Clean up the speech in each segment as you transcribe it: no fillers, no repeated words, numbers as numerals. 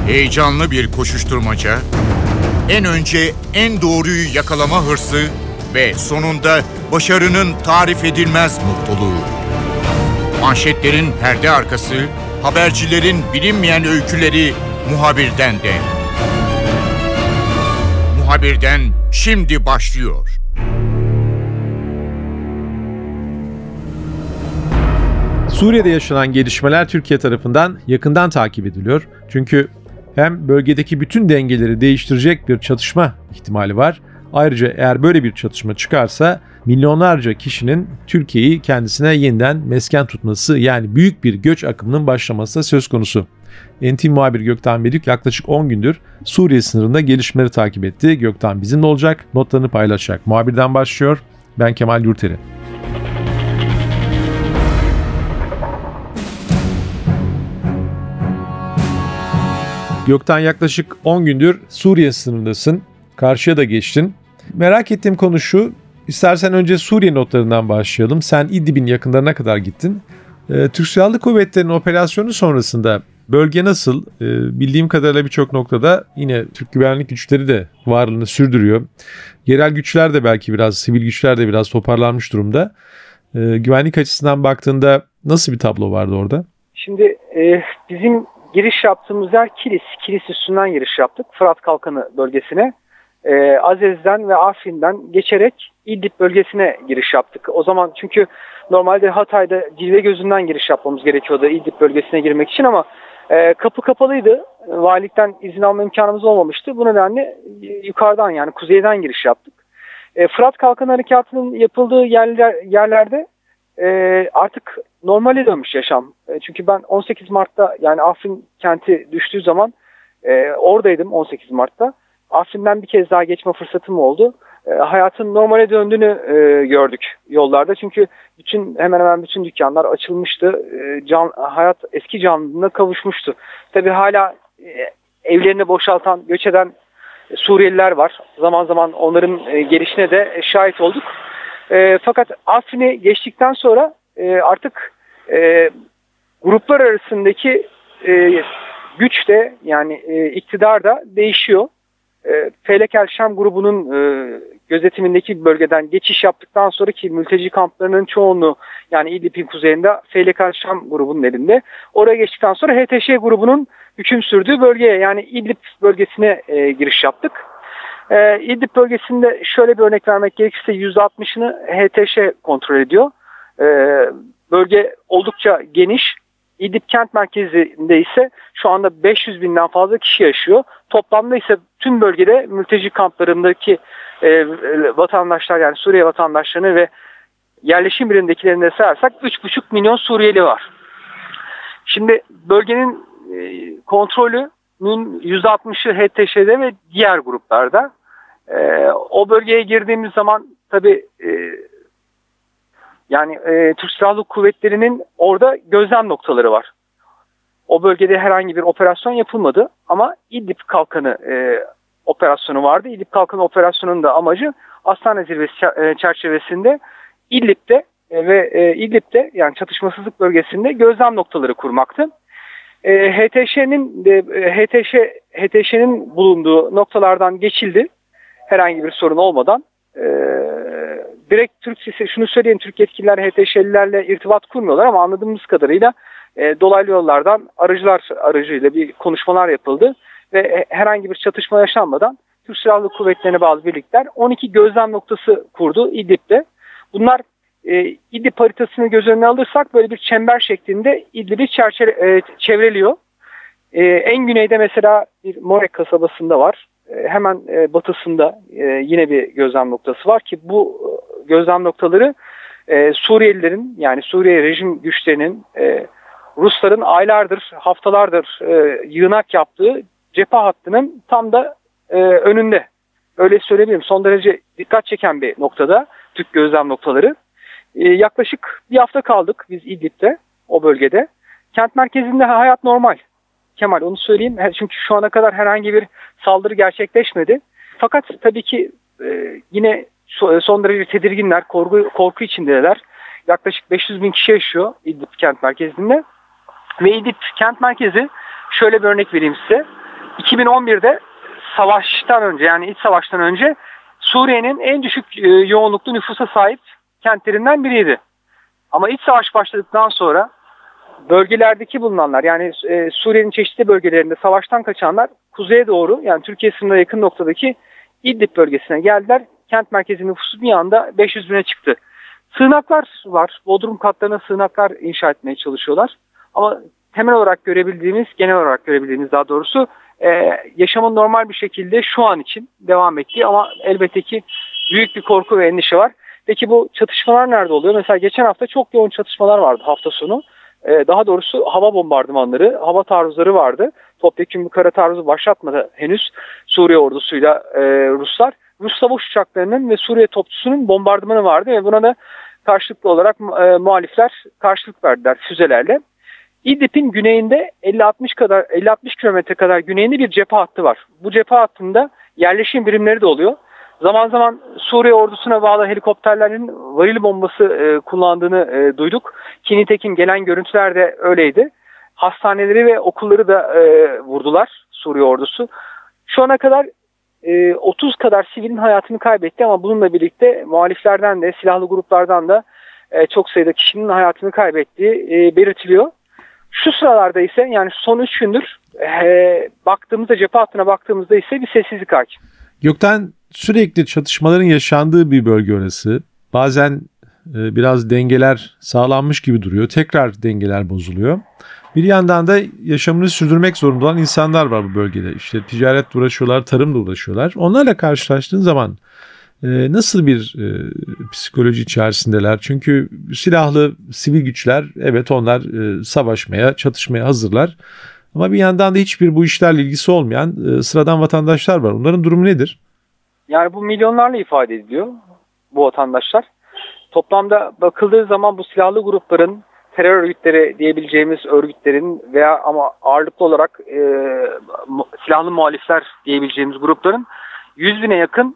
Heyecanlı bir koşuşturmaca, en önce en doğruyu yakalama hırsı ve sonunda başarının tarif edilmez mutluluğu. Manşetlerin perde arkası, habercilerin bilinmeyen öyküleri Muhabir'den de. Muhabir'den şimdi başlıyor. Suriye'de yaşanan gelişmeler Türkiye tarafından yakından takip ediliyor. Çünkü hem bölgedeki bütün dengeleri değiştirecek bir çatışma ihtimali var. Ayrıca eğer böyle bir çatışma çıkarsa milyonlarca kişinin Türkiye'yi kendisine yeniden mesken tutması, yani büyük bir göç akımının başlaması da söz konusu. NTV muhabiri Gökten Belük yaklaşık 10 gündür Suriye sınırında gelişmeleri takip etti. Gökten bizimle olacak, notlarını paylaşacak. Muhabirden başlıyor. Ben Kemal Yurteri. Gökten yaklaşık 10 gündür Suriye sınırındasın. Karşıya da geçtin. Merak ettiğim konu şu. İstersen önce Suriye notlarından başlayalım. Sen İdlib'in yakınlarına kadar gittin. Türk Silahlı Kuvvetleri'nin operasyonu sonrasında bölge nasıl? Bildiğim kadarıyla birçok noktada yine Türk güvenlik güçleri de varlığını sürdürüyor. Yerel güçler de belki biraz, sivil güçler de biraz toparlanmış durumda. Güvenlik açısından baktığında nasıl bir tablo vardı orada? Şimdi bizim giriş yaptığımız yer Kilis. Kilis üstünden giriş yaptık. Fırat Kalkanı bölgesine. Azez'den ve Afrin'den geçerek İdlib bölgesine giriş yaptık. O zaman çünkü normalde Hatay'da Cilvegözü'nden giriş yapmamız gerekiyordu İdlib bölgesine girmek için ama kapı kapalıydı. Valilikten izin alma imkanımız olmamıştı. Bu nedenle yukarıdan, yani kuzeyden giriş yaptık. Fırat Kalkanı Harekatı'nın yapıldığı yerlerde artık normale dönmüş yaşam. Çünkü ben 18 Mart'ta, yani Afrin kenti düştüğü zaman oradaydım 18 Mart'ta. Afrin'den bir kez daha geçme fırsatım oldu. Hayatın normale döndüğünü gördük yollarda. Çünkü hemen hemen bütün dükkanlar açılmıştı. Hayat eski canlılığına kavuşmuştu. Tabii hala evlerini boşaltan, göç eden Suriyeliler var. Zaman zaman onların gelişine de şahit olduk. Fakat Afrin'i geçtikten sonra artık gruplar arasındaki güç de, yani iktidar da değişiyor. Felek El Şam grubunun gözetimindeki bölgeden geçiş yaptıktan sonraki mülteci kamplarının çoğunluğu, yani İdlib'in kuzeyinde Felek El Şam grubunun elinde. Oraya geçtikten sonra HTŞ grubunun hüküm sürdüğü bölgeye, yani İdlib bölgesine giriş yaptık. İdlib bölgesinde şöyle bir örnek vermek gerekirse %60'ını HTŞ kontrol ediyor. Bölge oldukça geniş. İdlib kent merkezinde ise şu anda 500 binden fazla kişi yaşıyor. Toplamda ise tüm bölgede mülteci kamplarındaki vatandaşlar, yani Suriye vatandaşlarını ve yerleşim birimdekilerini de sayarsak 3,5 milyon Suriyeli var. Şimdi bölgenin kontrolünün %60'ı HTŞ'de ve diğer gruplarda. O bölgeye girdiğimiz zaman tabii yani Türk Silahlı Kuvvetleri'nin orada gözlem noktaları var. O bölgede herhangi bir operasyon yapılmadı ama İdlib Kalkanı operasyonu vardı. İdlib Kalkanı operasyonunun da amacı Astana Zirvesi çerçevesinde İdlib'de yani çatışmasızlık bölgesinde gözlem noktaları kurmaktı. HTŞ'nin bulunduğu noktalardan geçildi herhangi bir sorun olmadan. Direkt şunu söyleyeyim, Türk yetkililer HTŞ'lilerle irtibat kurmuyorlar ama anladığımız kadarıyla dolaylı yollardan aracılar aracıyla bir konuşmalar yapıldı ve herhangi bir çatışma yaşanmadan Türk Silahlı Kuvvetleri'ne bağlı birlikler 12 gözlem noktası kurdu İdlib'de. Bunlar İdlib haritasını göz önüne alırsak böyle bir çember şeklinde İdlib'i çevreliyor. En güneyde mesela bir Morek kasabasında var. Hemen batısında yine bir gözlem noktası var ki bu gözlem noktaları Suriyelilerin, yani Suriye rejim güçlerinin Rusların aylardır, haftalardır yığınak yaptığı cephe hattının tam da önünde. Öyle söyleyebilirim. Son derece dikkat çeken bir noktada Türk gözlem noktaları. Yaklaşık bir hafta kaldık biz İdlib'de, o bölgede. Kent merkezinde hayat normal. Kemal, onu söyleyeyim. Çünkü şu ana kadar herhangi bir saldırı gerçekleşmedi. Fakat tabii ki yine son derece tedirginler, korku içindeler. Yaklaşık 500 bin kişi yaşıyor İdlib kent merkezinde. Ve İdlib kent merkezi, şöyle bir örnek vereyim size. 2011'de savaştan önce, yani iç savaştan önce Suriye'nin en düşük yoğunluklu nüfusa sahip kentlerinden biriydi. Ama iç savaş başladıktan sonra bölgelerdeki bulunanlar, yani Suriye'nin çeşitli bölgelerinde savaştan kaçanlar kuzeye doğru, yani Türkiye sınırına yakın noktadaki İdlib bölgesine geldiler. Kent merkezi nüfusu bir anda 500 bine çıktı. Sığınaklar var. Bodrum katlarına sığınaklar inşa etmeye çalışıyorlar. Ama temel olarak görebildiğimiz, genel olarak görebildiğimiz daha doğrusu yaşamın normal bir şekilde şu an için devam ettiği, ama elbette ki büyük bir korku ve endişe var. Peki bu çatışmalar nerede oluyor? Mesela geçen hafta çok yoğun çatışmalar vardı hafta sonu. Daha doğrusu hava bombardımanları, hava taarruzları vardı. Topyekun bir kara taarruzu başlatmadı henüz Suriye ordusuyla Ruslar. Rus savaş uçaklarının ve Suriye topçusunun bombardımanı vardı ve buna da karşılıklı olarak muhalifler karşılık verdiler füzelerle. İdlib'in güneyinde 50-60 kilometre kadar güneyinde bir cephe hattı var. Bu cephe hattında yerleşim birimleri de oluyor. Zaman zaman Suriye ordusuna bağlı helikopterlerin varil bombası kullandığını duyduk. Ki nitekim gelen görüntüler de öyleydi. Hastaneleri ve okulları da vurdular Suriye ordusu. Şu ana kadar 30 kadar sivilin hayatını kaybetti, ama bununla birlikte muhaliflerden de silahlı gruplardan da çok sayıda kişinin hayatını kaybettiği belirtiliyor. Şu sıralarda ise, yani son 3 gündür baktığımızda, cephe hattına baktığımızda ise bir sessizlik hakim. Gökten, sürekli çatışmaların yaşandığı bir bölge orası. Bazen biraz dengeler sağlanmış gibi duruyor. Tekrar dengeler bozuluyor. Bir yandan da yaşamını sürdürmek zorunda olan insanlar var bu bölgede. İşte ticaretle uğraşıyorlar, tarımla uğraşıyorlar. Onlarla karşılaştığın zaman nasıl bir psikoloji içerisindeler? Çünkü silahlı sivil güçler, evet, onlar savaşmaya, çatışmaya hazırlar. Ama bir yandan da hiçbir bu işlerle ilgisi olmayan sıradan vatandaşlar var. Onların durumu nedir? Yani bu milyonlarla ifade ediliyor bu vatandaşlar. Toplamda bakıldığı zaman bu silahlı grupların, terör örgütleri diyebileceğimiz örgütlerin veya ama ağırlıklı olarak silahlı muhalifler diyebileceğimiz grupların 100 bine yakın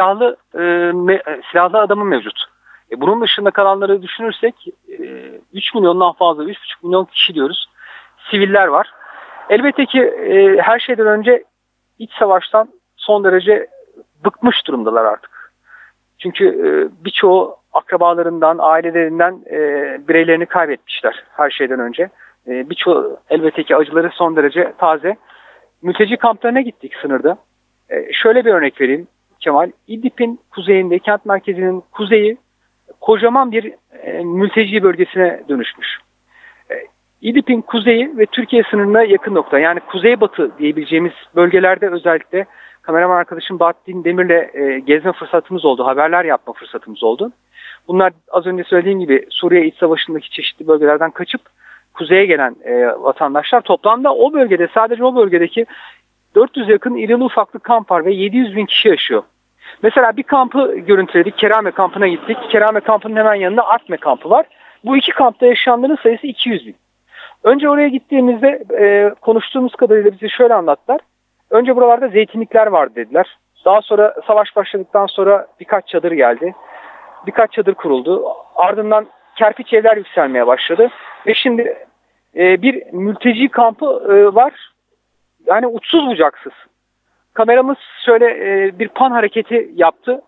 silahlı adamı mevcut. Bunun dışında kalanları düşünürsek 3 milyondan fazla, 3,5 milyon kişi diyoruz. Siviller var. Elbette ki her şeyden önce iç savaştan son derece bıkmış durumdalar artık. Çünkü birçoğu akrabalarından, ailelerinden bireylerini kaybetmişler her şeyden önce. Birçoğu elbette ki acıları son derece taze. Mülteci kamplarına gittik sınırda. Şöyle bir örnek vereyim Kemal. İdlib'in kuzeyinde, kent merkezinin kuzeyi kocaman bir mülteci bölgesine dönüşmüş. İdlib'in kuzeyi ve Türkiye sınırına yakın nokta, yani kuzeybatı diyebileceğimiz bölgelerde özellikle kameraman arkadaşım Bahattin Demir'le gezme fırsatımız oldu, haberler yapma fırsatımız oldu. Bunlar az önce söylediğim gibi Suriye iç savaşındaki çeşitli bölgelerden kaçıp kuzeye gelen vatandaşlar. Toplamda o bölgede, sadece o bölgedeki 400 yakın irili ufaklı kamp var ve 700 bin kişi yaşıyor. Mesela bir kampı görüntüledik, Kerame kampına gittik. Kerame kampının hemen yanında Artme kampı var. Bu iki kampta yaşayanların sayısı 200 bin. Önce oraya gittiğimizde konuştuğumuz kadarıyla bize şöyle anlattılar. Önce buralarda zeytinlikler vardı dediler. Daha sonra savaş başladıktan sonra birkaç çadır geldi. Birkaç çadır kuruldu. Ardından kerpiç evler yükselmeye başladı. Ve şimdi bir mülteci kampı var. Yani uçsuz bucaksız. Kameramız şöyle bir pan hareketi yaptı.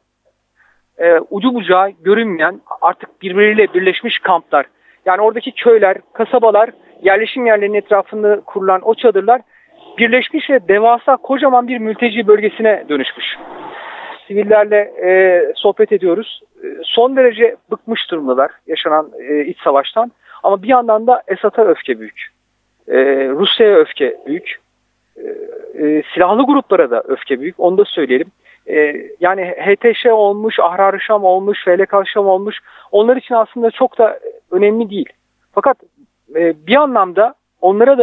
Ucu bucağı görünmeyen, artık birbiriyle birleşmiş kamplar. Yani oradaki köyler, kasabalar, yerleşim yerlerinin etrafında kurulan o çadırlar birleşmiş ve devasa kocaman bir mülteci bölgesine dönüşmüş. Sivillerle sohbet ediyoruz. Son derece bıkmış durumdalar yaşanan iç savaştan. Ama bir yandan da Esad'a öfke büyük. Rusya'ya öfke büyük. Silahlı gruplara da öfke büyük. Onu da söyleyelim. Yani HTŞ olmuş, Ahrar-ı Şam olmuş, Felek-i Şam olmuş. Onlar için aslında çok da önemli değil. Fakat bir anlamda onlara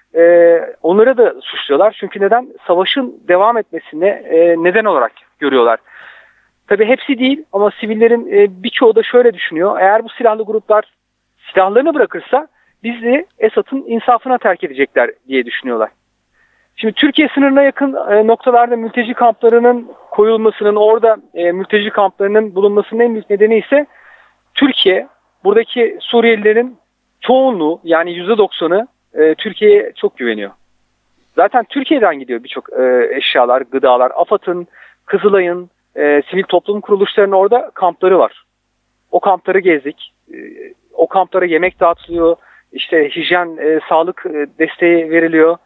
da suçluyorlar. Çünkü neden? Savaşın devam etmesine neden olarak görüyorlar. Tabii hepsi değil, ama sivillerin birçoğu da şöyle düşünüyor. Eğer bu silahlı gruplar silahlarını bırakırsa bizi Esad'ın insafına terk edecekler diye düşünüyorlar. Şimdi Türkiye sınırına yakın noktalarda mülteci kamplarının koyulmasının, orada mülteci kamplarının bulunmasının en büyük nedeni ise Türkiye, buradaki Suriyelilerin çoğunluğu, yani %90'ı Türkiye'ye çok güveniyor. Zaten Türkiye'den gidiyor birçok eşyalar, gıdalar. AFAD'ın, Kızılay'ın, sivil toplum kuruluşlarının orada kampları var. O kampları gezdik. O kamplara yemek dağıtılıyor. İşte hijyen, sağlık desteği veriliyor.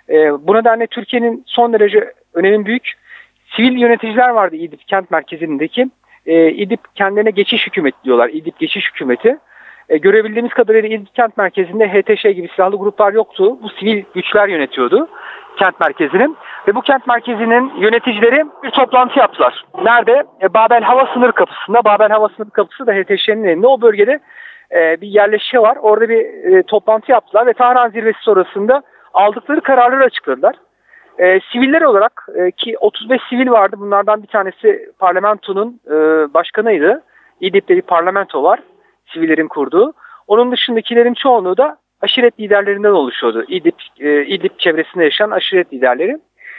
Bu nedenle Türkiye'nin son derece önemi büyük. Sivil yöneticiler vardı İdlib kent merkezindeki. İdlib kendilerine geçiş hükümeti diyorlar. İdlib geçiş hükümeti. Görebildiğimiz kadarıyla İdlib kent merkezinde HTŞ gibi silahlı gruplar yoktu. Bu sivil güçler yönetiyordu kent merkezinin. Ve bu kent merkezinin yöneticileri bir toplantı yaptılar. Nerede? Babel Hava Sınır Kapısı'nda. Babel Hava Sınır Kapısı da HTŞ'nin elinde. O bölgede bir yerleşke var. Orada bir toplantı yaptılar ve Tahran Zirvesi sonrasında aldıkları kararları açıkladılar. Siviller olarak ki 35 sivil vardı. Bunlardan bir tanesi parlamentonun başkanıydı. İdlib'de bir parlamento var. Sivillerin kurduğu. Onun dışındakilerin çoğunluğu da aşiret liderlerinden oluşuyordu. İdlib çevresinde yaşayan aşiret liderleri.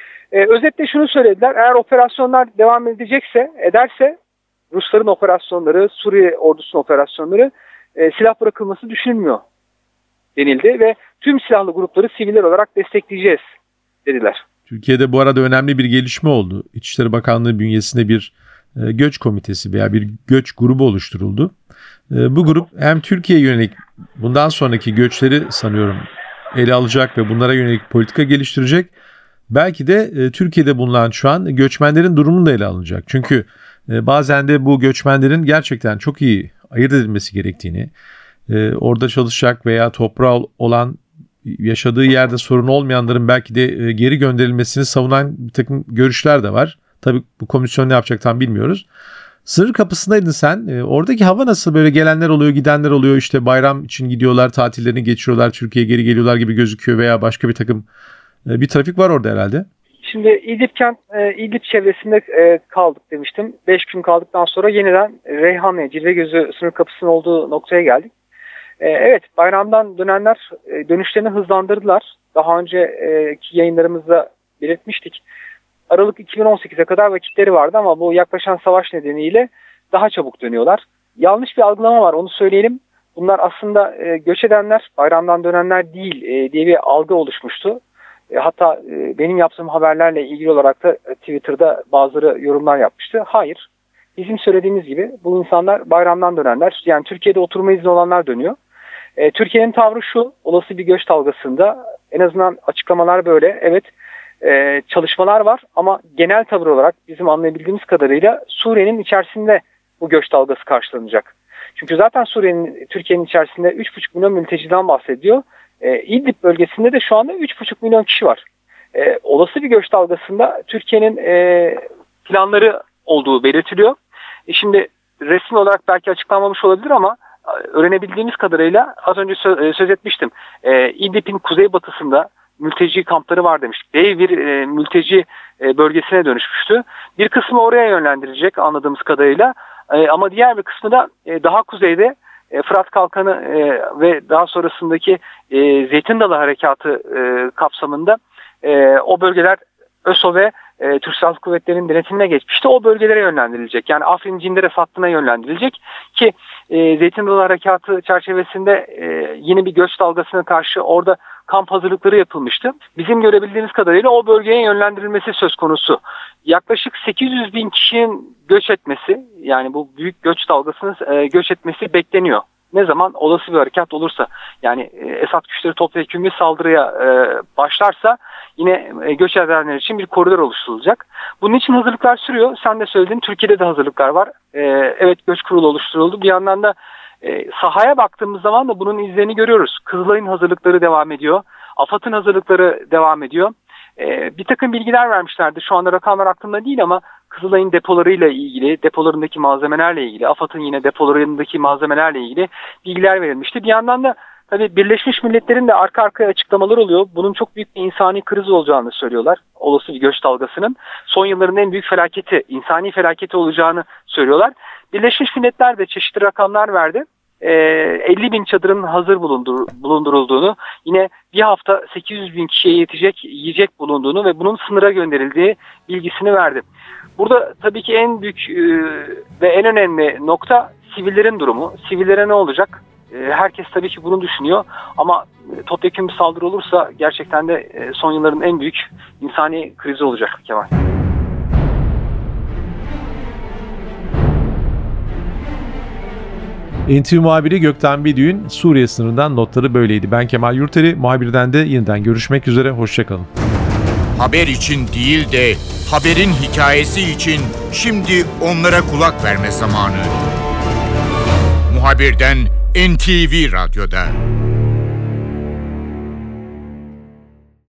Özetle şunu söylediler. Eğer operasyonlar devam ederse Rusların operasyonları, Suriye ordusunun operasyonları silah bırakılması düşünülmüyor denildi ve tüm silahlı grupları siviller olarak destekleyeceğiz dediler. Türkiye'de bu arada önemli bir gelişme oldu. İçişleri Bakanlığı bünyesinde bir göç komitesi veya bir göç grubu oluşturuldu. Bu grup hem Türkiye'ye yönelik bundan sonraki göçleri sanıyorum ele alacak ve bunlara yönelik politika geliştirecek. Belki de Türkiye'de bulunan şu an göçmenlerin durumunu da ele alınacak. Çünkü bazen de bu göçmenlerin gerçekten çok iyi ayırt edilmesi gerektiğini, orada çalışacak veya toprağı olan, yaşadığı yerde sorun olmayanların belki de geri gönderilmesini savunan bir takım görüşler de var. Tabii bu komisyon ne yapacak tam bilmiyoruz. Sınır kapısındaydın sen. Oradaki hava nasıl? Böyle gelenler oluyor, gidenler oluyor. İşte bayram için gidiyorlar, tatillerini geçiriyorlar, Türkiye'ye geri geliyorlar gibi gözüküyor veya başka bir takım bir trafik var orada herhalde. Şimdi İdlib çevresinde kaldık demiştim. 5 gün kaldıktan sonra yeniden Reyhanlı'ya, Cilvegözü sınır kapısının olduğu noktaya geldik. Evet, bayramdan dönenler dönüşlerini hızlandırdılar. Daha önceki yayınlarımızda belirtmiştik. Aralık 2018'e kadar vakitleri vardı ama bu yaklaşan savaş nedeniyle daha çabuk dönüyorlar. Yanlış bir algılama var, onu söyleyelim. Bunlar aslında göç edenler, bayramdan dönenler değil diye bir algı oluşmuştu. Hatta benim yaptığım haberlerle ilgili olarak da Twitter'da bazıları yorumlar yapmıştı. Hayır, bizim söylediğimiz gibi bu insanlar bayramdan dönenler. Yani Türkiye'de oturma izni olanlar dönüyor. Türkiye'nin tavrı şu, olası bir göç dalgasında en azından açıklamalar böyle. Evet, çalışmalar var ama genel tavır olarak bizim anlayabildiğimiz kadarıyla Suriye'nin içerisinde bu göç dalgası karşılanacak. Çünkü zaten Türkiye'nin içerisinde 3,5 milyon mülteciden bahsediyor. İdlib bölgesinde de şu anda 3,5 milyon kişi var. Olası bir göç dalgasında Türkiye'nin planları olduğu belirtiliyor. Şimdi resmi olarak belki açıklanmamış olabilir ama öğrenebildiğimiz kadarıyla az önce söz etmiştim. İdlib'in kuzeybatısında mülteci kampları var demiş. Dev bir mülteci bölgesine dönüşmüştü. Bir kısmı oraya yönlendirilecek anladığımız kadarıyla. Ama diğer bir kısmı da daha kuzeyde Fırat Kalkanı ve daha sonrasındaki Zeytin Dalı Harekatı kapsamında o bölgeler ÖSO ve Türk Silahlı Kuvvetleri'nin denetimine geçmişti. O bölgelere yönlendirilecek. Yani Afrin Cinderes hattına yönlendirilecek ki Zeytin Dalı Harekatı çerçevesinde yeni bir göç dalgasına karşı orada kamp hazırlıkları yapılmıştı. Bizim görebildiğimiz kadarıyla o bölgeye yönlendirilmesi söz konusu. Yaklaşık 800 bin kişinin göç etmesi, yani bu büyük göç dalgasının göç etmesi bekleniyor. Ne zaman olası bir harekat olursa, yani Esad güçleri topyekun bir saldırıya başlarsa yine göç edenler için bir koridor oluşturulacak. Bunun için hazırlıklar sürüyor. Sen de söyledin, Türkiye'de de hazırlıklar var. Evet, göç kurulu oluşturuldu. Bir yandan da sahaya baktığımız zaman da bunun izlerini görüyoruz. Kızılay'ın hazırlıkları devam ediyor. AFAD'ın hazırlıkları devam ediyor. Bir takım bilgiler vermişlerdi. Şu anda rakamlar aklımda değil ama Kızılay'ın depolarıyla ilgili, depolarındaki malzemelerle ilgili, AFAD'ın yine depolarındaki malzemelerle ilgili bilgiler verilmişti. Bir yandan da tabii Birleşmiş Milletler'in de arka arkaya açıklamalar oluyor. Bunun çok büyük bir insani kriz olacağını söylüyorlar. Olası bir göç dalgasının. Son yılların en büyük felaketi, insani felaketi olacağını söylüyorlar. Birleşmiş Milletler de çeşitli rakamlar verdi. 50 bin çadırın hazır bulundurulduğunu, yine bir hafta 800 bin kişiye yetecek yiyecek bulunduğunu ve bunun sınıra gönderildiği bilgisini verdi. Burada tabii ki en büyük ve en önemli nokta sivillerin durumu. Sivillere ne olacak? Herkes tabii ki bunu düşünüyor ama topyekun bir saldırı olursa gerçekten de son yılların en büyük insani krizi olacak Kemal. NTV muhabiri Gökten Bidüğün Suriye sınırından notları böyleydi. Ben Kemal Yurteri, muhabirden de yeniden görüşmek üzere, hoşçakalın. Haber için değil de haberin hikayesi için şimdi onlara kulak verme zamanı. Muhabirden NTV Radyo'da.